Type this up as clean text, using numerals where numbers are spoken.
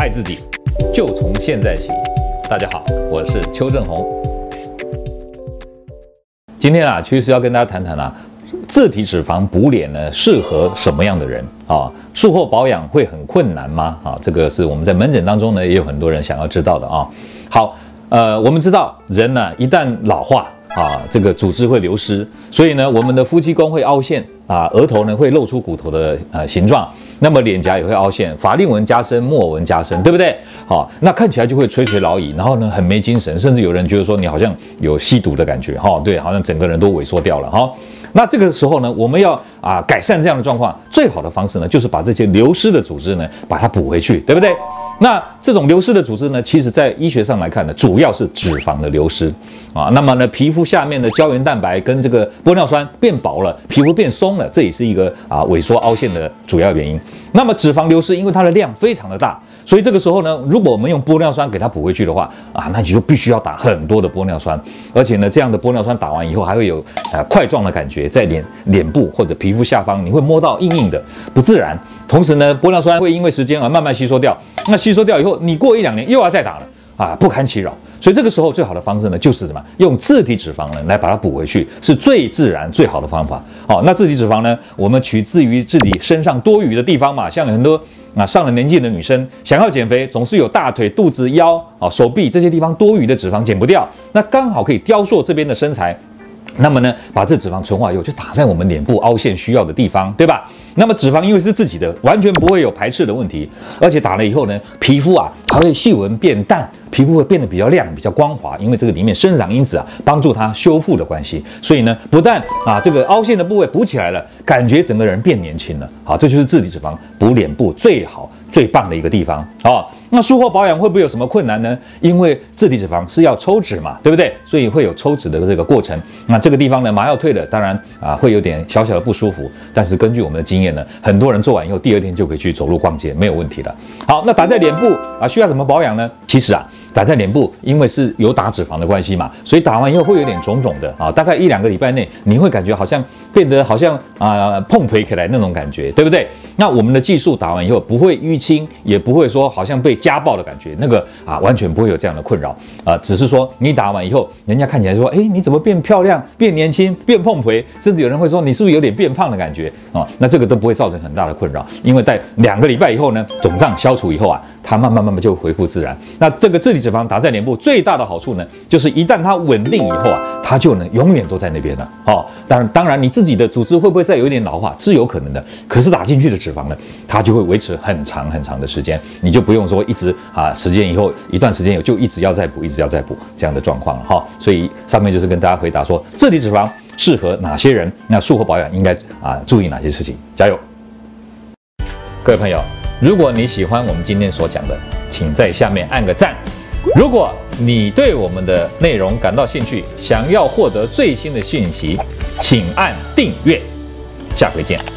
爱自己，就从现在起。大家好，我是邱正宏。今天其实要跟大家谈谈自体脂肪补脸呢，适合什么样的人啊？术后保养会很困难吗？这个是我们在门诊当中呢，也有很多人想要知道的啊。好，我们知道人呢一旦老化这个组织会流失，所以呢，我们的夫妻宫会凹陷额头呢会露出骨头的形状，那么脸颊也会凹陷，法令纹加深，木偶纹加深，对不对？好，那看起来就会垂垂老矣，然后呢很没精神，甚至有人觉得说你好像有吸毒的感觉对，好像整个人都萎缩掉了那这个时候呢，我们要改善这样的状况，最好的方式呢，就是把这些流失的组织呢，把它补回去，对不对？那这种流失的组织呢，其实在医学上来看呢，主要是脂肪的流失那么呢，皮肤下面的胶原蛋白跟这个玻尿酸变薄了，皮肤变松了，这也是一个萎缩凹陷的主要原因。那么脂肪流失，因为它的量非常的大，所以这个时候呢，如果我们用玻尿酸给它补回去的话那你就必须要打很多的玻尿酸，而且呢，这样的玻尿酸打完以后还会有块状的感觉，在脸部或者皮肤下方，你会摸到硬硬的，不自然。同时呢，玻尿酸会因为时间而慢慢吸收掉，那吸收掉以后，你过1-2年又要再打了不堪其扰。所以这个时候最好的方式呢，就是什么？用自体脂肪呢来把它补回去，是最自然最好的方法。那自体脂肪呢，我们取自于自己身上多余的地方嘛，像很多上了年纪的女生想要减肥，总是有大腿、肚子、腰手臂这些地方多余的脂肪减不掉，那刚好可以雕塑这边的身材。那么呢，把这脂肪纯化以后，就打在我们脸部凹陷需要的地方，对吧？那么脂肪因为是自己的，完全不会有排斥的问题，而且打了以后呢，皮肤还会细纹变淡，皮肤会变得比较亮、比较光滑，因为这个里面生长因子帮助它修复的关系，所以呢，不但这个凹陷的部位补起来了，感觉整个人变年轻了。好，这就是自体脂肪补脸部最好、最棒的一个地方那术后保养会不会有什么困难呢？因为自体脂肪是要抽脂嘛，对不对？所以会有抽脂的这个过程。那这个地方呢，麻药退了，当然会有点小小的不舒服，但是根据我们的经验呢，很多人做完以后，第2天就可以去走路逛街，没有问题的。好，那打在脸部需要怎么保养呢？其实打在脸部，因为是有打脂肪的关系嘛，所以打完以后会有点肿肿的大概1-2个礼拜内，你会感觉好像变得好像碰腿起来那种感觉，对不对？那我们的技术打完以后不会淤青，也不会说好像被家暴的感觉，那个完全不会有这样的困扰只是说你打完以后，人家看起来说，你怎么变漂亮、变年轻、变碰腿，甚至有人会说你是不是有点变胖的感觉那这个都不会造成很大的困扰，因为在2个礼拜以后呢，肿胀消除以后它慢慢就恢复自然。那这个自体脂肪打在脸部最大的好处呢，就是一旦它稳定以后它就能永远都在那边了当然你自己的组织会不会再有一点老化是有可能的，可是打进去的脂肪呢，它就会维持很长很长的时间，你就不用说一直时间以后一段时间以后就一直要再补这样的状况了所以上面就是跟大家回答说，自体脂肪适合哪些人，那术后保养应该注意哪些事情，加油！各位朋友，如果你喜欢我们今天所讲的，请在下面按个赞。如果你对我们的内容感到兴趣，想要获得最新的讯息，请按订阅。下回见。